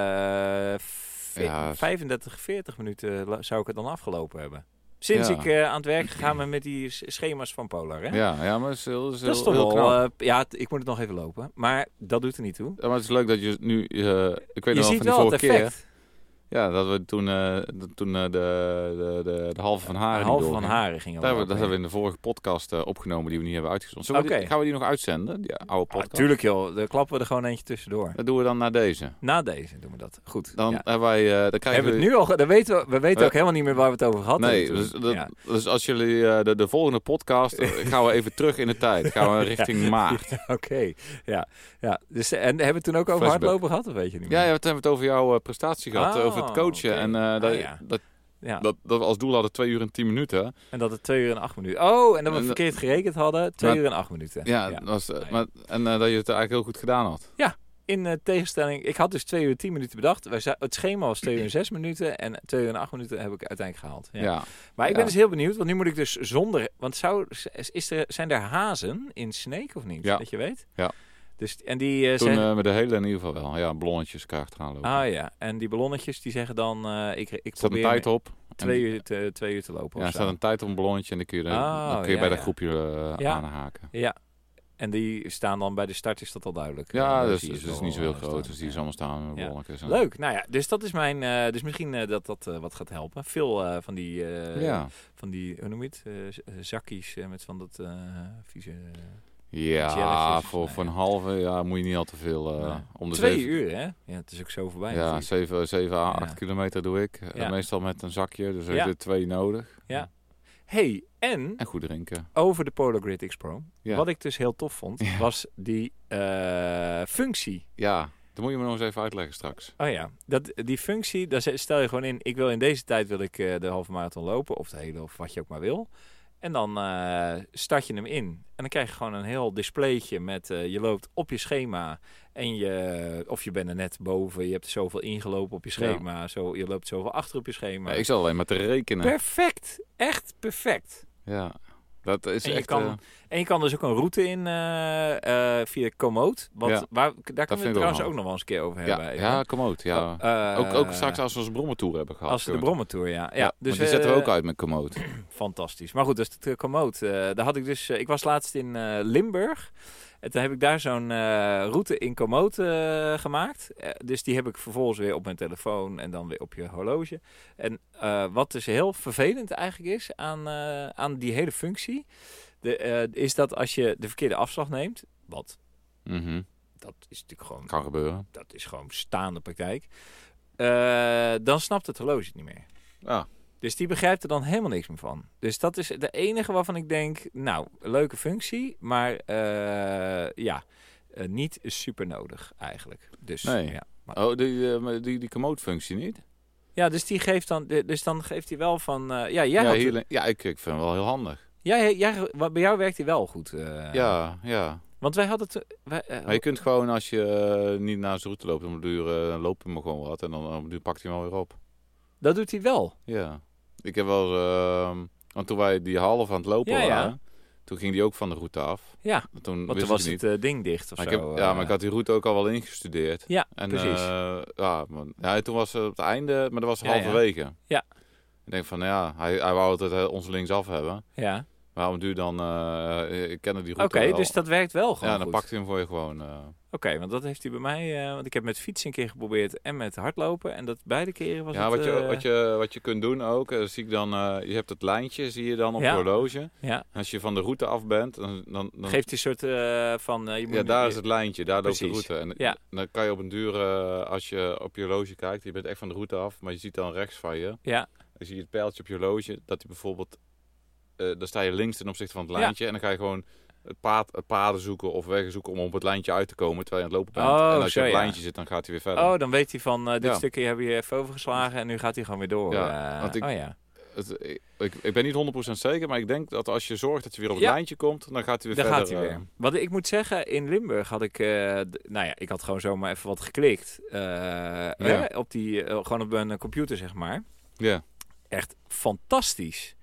ja, vijfendertig, veertig minuten zou ik het dan afgelopen hebben. Sinds ja. ik uh, aan het werk gegaan ben met die schema's van Polar, hè? Ja, ja, maar het is heel, het is dat is heel, toch heel wel... Uh, ja, ik moet het nog even lopen. Maar dat doet er niet toe. Ja, maar het is leuk dat je nu... Uh, ik weet je nog ziet van die wel vorige het effect. Keer, ja, dat we toen, uh, toen uh, de, de, de, de halve van Haren... De halve van Haren ging over. Dat hebben we in de vorige podcast uh, opgenomen die we niet hebben uitgezonden. Oké. Okay. Gaan we die nog uitzenden, die oude podcast? Ah, tuurlijk joh, daar klappen we er gewoon eentje tussendoor. Dat doen we dan na deze. Na deze doen we dat. Goed. Dan ja. hebben wij... Uh, dan krijgen hebben we het nu al... Dan weten we, we weten uh, ook helemaal niet meer waar we het over gehad nee, hebben. Dus, dat, ja. dus als jullie uh, de, de volgende podcast... Uh, gaan we even terug in de tijd. Gaan we richting ja. maart. Ja, Oké. Okay. Ja. Ja. Dus, en hebben we het toen ook over Flashback. hardlopen gehad? Of weet je niet meer? Ja, ja, we hebben het over jouw uh, prestatie gehad. Oh, over het coachen. Okay. En uh, dat, ah, ja. dat, ja. dat, dat we als doel hadden twee uur en tien minuten. En dat het twee uur en acht minuten. Oh, en dat we en, verkeerd gerekend hadden. Twee maar, uur en acht minuten. Ja, ja. Was, uh, ah, ja. Maar, en uh, dat je het eigenlijk heel goed gedaan had. Ja. In uh, tegenstelling, ik had dus twee uur en tien minuten bedacht. Wij zei, het schema was twee uur en zes minuten. En twee uur en acht minuten heb ik uiteindelijk gehaald. Ja. Ja. Maar ik ben ja. dus heel benieuwd, want nu moet ik dus zonder... Want zou, is er, zijn er hazen in Sneek of niet? Ja. Dat je weet? Ja. Dus, en die, uh, Toen zeggen... uh, met de hele in ieder geval wel. Ja, ballonnetjes kaart gaan lopen. Ah ja, en die ballonnetjes die zeggen dan... Uh, ik, ik staat een tijd op. Twee uur, te, twee uur te lopen. Ja, er staat een tijd op een ballonnetje en dan kun je, oh, dan kun je ja, bij dat ja. groepje uh, ja. aanhaken. Ja. En die staan dan bij de start, is dat al duidelijk? Ja, uh, dus het is dus niet zo heel groot. Staan. Dus die ja. allemaal staan met ja. ballonnetjes. En leuk. Nou ja, dus dat is mijn... Uh, dus misschien uh, dat dat uh, wat gaat helpen. Veel uh, van die... Uh, ja. Van die, hoe noem je het? Uh, zakjes uh, met van dat uh, vieze... Uh, ja, voor, voor een halve ja, moet je niet al te veel. Uh, nee. om de Twee zeven... uur, hè? Ja, het is ook zo voorbij. Ja, zeven, zeven à acht ja. kilometer doe ik. Ja. Uh, meestal met een zakje, dus heb ja. je er twee nodig. Ja. Hey, en... En goed drinken. Over de Polar Grid X Pro. Ja. Wat ik dus heel tof vond, ja. was die uh, functie. Ja, dat moet je me nog eens even uitleggen straks. Oh ja, dat, die functie, daar stel je gewoon in... Ik wil in deze tijd wil ik uh, de halve marathon lopen, of de hele, of wat je ook maar wil... En dan uh, start je hem in. En dan krijg je gewoon een heel displaytje met... Uh, je loopt op je schema. En je... Of je bent er net boven. Je hebt zoveel ingelopen op je schema. Ja. Zo, je loopt zoveel achter op je schema. Ja, ik zal alleen maar te rekenen. Perfect. Echt perfect. Ja. Dat is en, je echt, kan, uh... en je kan dus ook een route in uh, uh, via Komoot. Wat, ja. waar, daar kunnen we het trouwens ook nog wel eens een keer over ja. hebben. Ja, Komoot. Ja. Uh, ook, ook straks als we onze Brommertour hebben gehad. Als we de Brommertour, ja. ja, ja dus die zetten we ook uit met Komoot. Fantastisch. Maar goed, dus de Komoot. Uh, daar had ik dus... Uh, ik was laatst in uh, Limburg. En toen heb ik daar zo'n uh, route in Komoot uh, gemaakt. Uh, dus die heb ik vervolgens weer op mijn telefoon en dan weer op je horloge. En uh, wat dus heel vervelend eigenlijk is aan, uh, aan die hele functie... De, uh, is dat als je de verkeerde afslag neemt... Wat? Mm-hmm. Dat is natuurlijk gewoon... Kan gebeuren. Dat is gewoon staande praktijk. Uh, dan snapt het horloge het niet meer. Ah. Dus die begrijpt er dan helemaal niks meer van. Dus dat is de enige waarvan ik denk... Nou, leuke functie, maar uh, ja, uh, niet super nodig eigenlijk. Dus, nee. Ja, maar... Oh, die, uh, die, die Komoot-functie niet? Ja, dus die geeft dan... Dus dan geeft hij wel van... Uh, ja, jij ja, had hier, ja ik, ik vind hem wel heel handig. Ja, jij, bij jou werkt hij wel goed. Uh, ja, ja. Want wij hadden... het. Wij, uh, maar je kunt gewoon, als je uh, niet naar zijn route loopt... om de duur uh, loop je hem gewoon wat. En dan om de duur pakt hij hem alweer op. Dat doet hij wel? Ja. Ik heb wel... Uh, want toen wij die half aan het lopen ja, waren... Ja. Toen ging die ook van de route af. Ja, toen want toen was het uh, ding dicht of maar zo. Ik heb, ja, maar ik had die route ook al wel ingestudeerd. Ja, en, precies. Uh, ja, man, ja, toen was het op het einde, maar dat was halverwege. Ja. ja. Ik denk van, ja, hij, hij wou altijd uh, ons linksaf hebben. Ja. waarom duur dan... Uh, ik ken die route Oké, wel. dus dat werkt wel gewoon Ja, dan goed. pakt hij hem voor je gewoon... Uh... Oké, okay, want dat heeft hij bij mij... Uh, want ik heb met fietsen een keer geprobeerd en met hardlopen. En dat beide keren was ja, het... wat, je, uh... wat, je, wat je kunt doen ook, uh, zie ik dan... Uh, je hebt het lijntje, zie je dan op ja. je horloge. Ja. En als je van de route af bent, dan... dan, dan... Geeft hij een soort uh, van... Uh, je moet ja, daar is het lijntje, daar Precies. loopt de route. En ja. dan kan je op een duur, uh, als je op je horloge kijkt, je bent echt van de route af, maar je ziet dan rechts van je. Ja. Dan zie je het pijltje op je horloge, dat hij bijvoorbeeld... Uh, dan sta je links ten opzichte van het lijntje ja. en dan ga je gewoon... Het paad, het paden zoeken of wegen zoeken om op het lijntje uit te komen terwijl je aan het lopen bent. Oh, en als zo, je op het ja. lijntje zit, dan gaat hij weer verder. Oh, dan weet hij van, uh, dit ja. stukje heb je even overgeslagen en nu gaat hij gewoon weer door. Ja, uh, want ik, oh ja. Het, ik, ik ben niet honderd procent zeker, maar ik denk dat als je zorgt dat je weer op het ja. lijntje komt, dan gaat hij weer dan verder. Gaat hij weer. Uh, wat ik moet zeggen, in Limburg had ik, uh, d- nou ja, ik had gewoon zomaar even wat geklikt. Uh, ja. hè, op die, uh, gewoon op mijn computer, zeg maar. Ja. Echt fantastisch.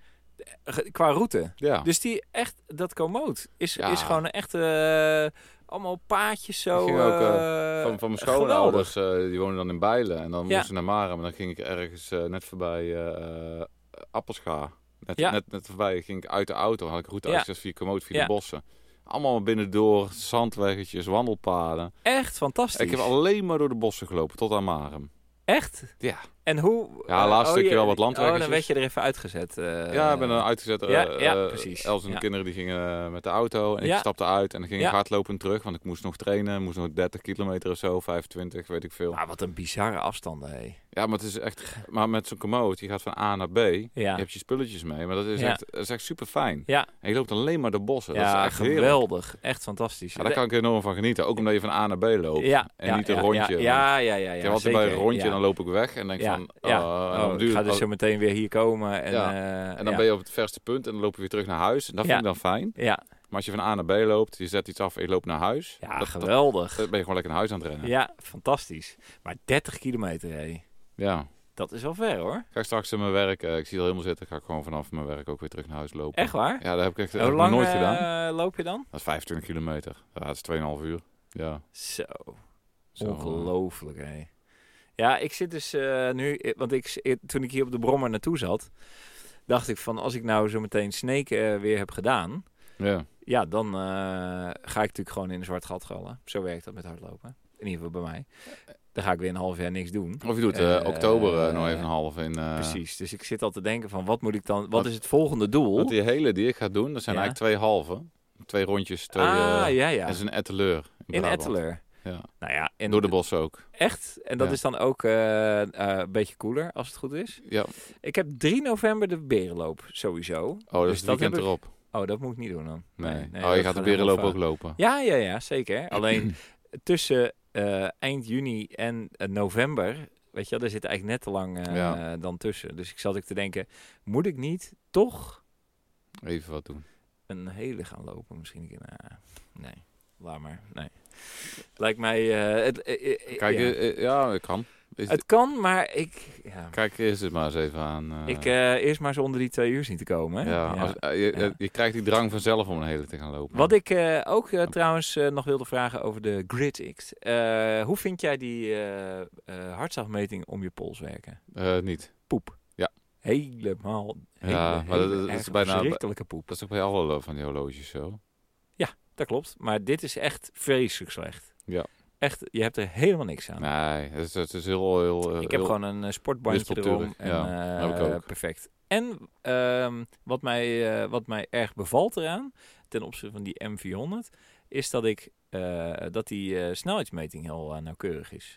Qua route. Ja. Dus die echt, dat Komoot is, ja. is gewoon echt uh, allemaal paadjes zo. Ik ging ook, uh, van, van mijn schoonouders, uh, die wonen dan in Bijlen. En dan ja. moesten naar Marem. En dan ging ik ergens uh, net voorbij uh, Appelscha. Net, ja. net, net voorbij ging ik uit de auto. Had ik route ja. access via Komoot, via ja. de bossen. Allemaal binnendoor, zandweggetjes, wandelpaden. Echt fantastisch. Ik heb alleen maar door de bossen gelopen, tot aan Marem. Echt? Ja. En hoe... Ja, laatst oh, stukje je, wel wat landweggetjes. Oh, dan werd je er even uitgezet. Uh, ja, ik ben er uitgezet. Uh, ja, ja, uh, precies. Els en de ja. kinderen die gingen met de auto. En ja. ik stapte uit en dan ging ja. ik hardlopen terug. Want ik moest nog trainen. Moest nog dertig kilometer of zo, vijfentwintig, weet ik veel. Maar wat een bizarre afstanden, hé. Ja, maar het is echt... Maar met zo'n Komoot, je gaat van A naar B. Ja. Je hebt je spulletjes mee. Maar dat is, ja. echt, dat is echt super fijn. Ja. En je loopt alleen maar de bossen. Dat ja, is echt geweldig. Heerlijk. Echt fantastisch. Ja, daar kan ik enorm van genieten. Ook omdat je van A naar B loopt. Ja. En ja, niet een ja, rondje. Ja, ja, ja. ja, ik ja heb altijd bij een rondje ja. en dan loop ik weg. En denk ja. van... Ja. Uh, en oh, dan duurt, ik ga dus zo meteen weer hier komen. En, ja. uh, en dan ja. ben je op het verste punt en dan loop je weer terug naar huis. En dat ja. vind ik dan fijn. Ja. Maar als je van A naar B loopt, je zet iets af en je loopt naar huis. Ja, dat, geweldig. Dan ben je gewoon lekker naar huis aan het rennen. Ja, fantastisch. Maar dertig kilometer, hé. Ja. Dat is wel ver, hoor. Ga ik straks in mijn werk, uh, ik zie het al helemaal zitten, ga ik gewoon vanaf mijn werk ook weer terug naar huis lopen. Echt waar? Ja, dat heb ik echt Hoe heb ik lang nog nooit uh, gedaan. loop je dan? Dat is vijfentwintig kilometer. Ja, dat is twee komma vijf uur. Ja. Zo. Zo. Ongelooflijk, hé. Ja, ik zit dus uh, nu... Want ik, ik, toen ik hier op de Brommer naartoe zat... dacht ik van, als ik nou zo meteen Snake uh, weer heb gedaan... Ja. Ja, dan uh, ga ik natuurlijk gewoon in een zwart gat vallen. Zo werkt dat met hardlopen. In ieder geval bij mij. Dan ga ik weer een half jaar niks doen. Of je doet uh, uh, oktober uh, uh, nog even een half in... Uh, precies. Dus ik zit al te denken van, wat moet ik dan... Wat is het volgende doel? Want die hele die ik ga doen, dat zijn ja. eigenlijk twee halve. Twee rondjes, twee... Ah, uh, ja, ja. Dat is een Etteleur. In, in Etteleur. Ja. Nou ja. En door de bossen ook. Echt? En dat ja. is dan ook uh, uh, een beetje cooler, als het goed is? Ja. Ik heb drie november de Berenloop, sowieso. Oh, dat dus is het weekend ik... erop. Oh, dat moet ik niet doen dan. Nee. nee, nee oh, je gaat de Berenloop ook lopen? Ja, ja, ja, zeker. Alleen tussen uh, eind juni en uh, november, weet je wel, daar zit eigenlijk net te lang uh, ja. dan tussen. Dus ik zat ik te denken, moet ik niet toch even wat doen? Een hele gaan lopen misschien? Uh, nee, laat maar. Nee. Lijkt mij... Uh, het, uh, uh, Kijk, ja. Uh, ja, het kan. Is het kan, maar ik... Ja. Kijk eerst het maar eens even aan. Uh... Ik uh, eerst maar zo onder die twee uur zien te komen. Hè? Ja, ja. Als, uh, je, ja. je krijgt die drang vanzelf om een hele te gaan lopen. Wat ik uh, ook uh, trouwens uh, nog wilde vragen over de GridX. Uh, hoe vind jij die uh, uh, hartslagmeting om je pols werken? Uh, niet. Poep. Ja. Helemaal. Hele, ja, maar hele dat, dat is bijna verschrikkelijke poep. Dat is ook bij alle van die horloges zo. Ja, dat klopt. Maar dit is echt vreselijk slecht. Ja. Echt, je hebt er helemaal niks aan. Nee, het is, het is heel, heel... Ik heel heb gewoon een uh, sportbandje erom. En, ja, uh, heb ik ook. Perfect. En um, wat, mij, uh, wat mij erg bevalt eraan, ten opzichte van die M vierhonderd, is dat ik uh, dat die uh, snelheidsmeting heel uh, nauwkeurig is.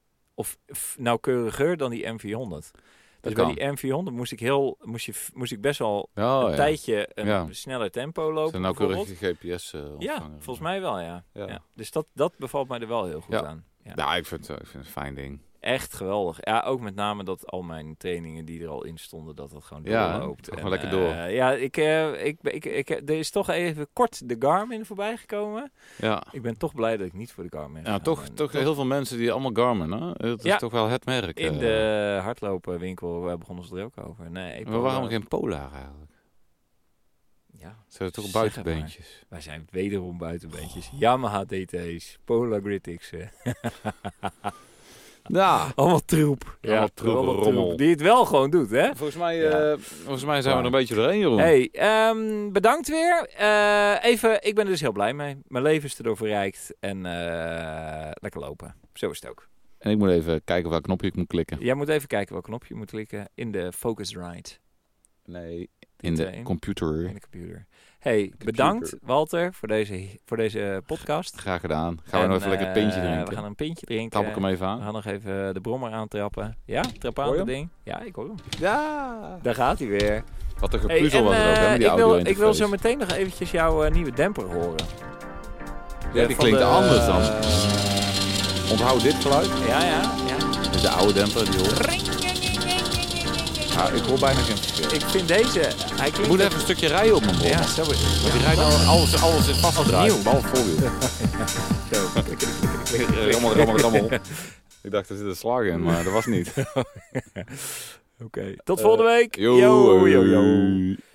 Of f- nauwkeuriger dan die M vierhonderd. Dus bij die M vierhonderd moest ik, heel, moest je, moest ik best wel oh, een ja. tijdje een ja. sneller tempo lopen. Een nauwkeurige G P S uh, Ja, volgens mij wel, ja. ja. ja. Dus dat, dat bevalt mij er wel heel goed ja. aan. Ja, ja ik, vind, ik vind het een fijn ding. Echt geweldig. Ja, ook met name dat al mijn trainingen die er al in stonden, dat dat gewoon ja, doorloopt. Ja, gewoon lekker door. Uh, ja, ik, uh, ik, ik, ik, ik, er is toch even kort de Garmin voorbij gekomen. Ja. Ik ben toch blij dat ik niet voor de Garmin Ja, toch, toch, toch heel veel mensen die allemaal Garmin, hè? Dat is ja. toch wel het merk. In uh. de hardlopenwinkel begonnen ze er ook over. Nee, maar waarom geen Polar eigenlijk? Ja, zijn er toch buitenbeentjes? Wij zijn wederom buitenbeentjes. Oh. Yamaha D T's, Polar GridX. Ja. Allemaal troep. Allemaal troep, rommel. Die het wel gewoon doet, hè? Volgens mij, Ja. uh, volgens mij zijn we er een beetje doorheen, Jeroen. Hey, um, bedankt weer. Uh, even, ik ben er dus heel blij mee. Mijn leven is erdoor verrijkt. En uh, lekker lopen. Zo is het ook. En ik moet even kijken op welk knopje ik moet klikken. Jij moet even kijken welk knopje je moet klikken in de Focusrite. Nee, in de in, computer. In de computer. Hey, computer. Bedankt Walter voor deze, voor deze podcast. Graag gedaan. Gaan en, we nog even uh, lekker een pintje drinken? We gaan een pintje drinken. Trap ik hem even aan? We gaan nog even de brommer aantrappen. Ja, trap aan het ding. Ja, ik hoor hem. Ja. Daar gaat hij weer. Wat een gepuzzel hey, was er ook, hè, met die ik wil, audio ik wil zo meteen nog eventjes jouw uh, nieuwe demper horen. Ja, die klinkt de, anders dan. Uh, Onthoud dit geluid. Ja, ja, ja. Dat is de oude demper die hoort. Ja, ik hoor bijna geen verschil. Ik vind deze... Hij ik moet even een stukje rijden op mijn bol. Ja, zo is het. Want die rijdt al, alles, alles is vastgedraaid. Behalve voorwiel. Zo. Rammel, rammel, rammel. Ik dacht, er zit een slag in, maar dat was niet. Oké. Okay. Tot volgende week. Uh, yo, yo, yo.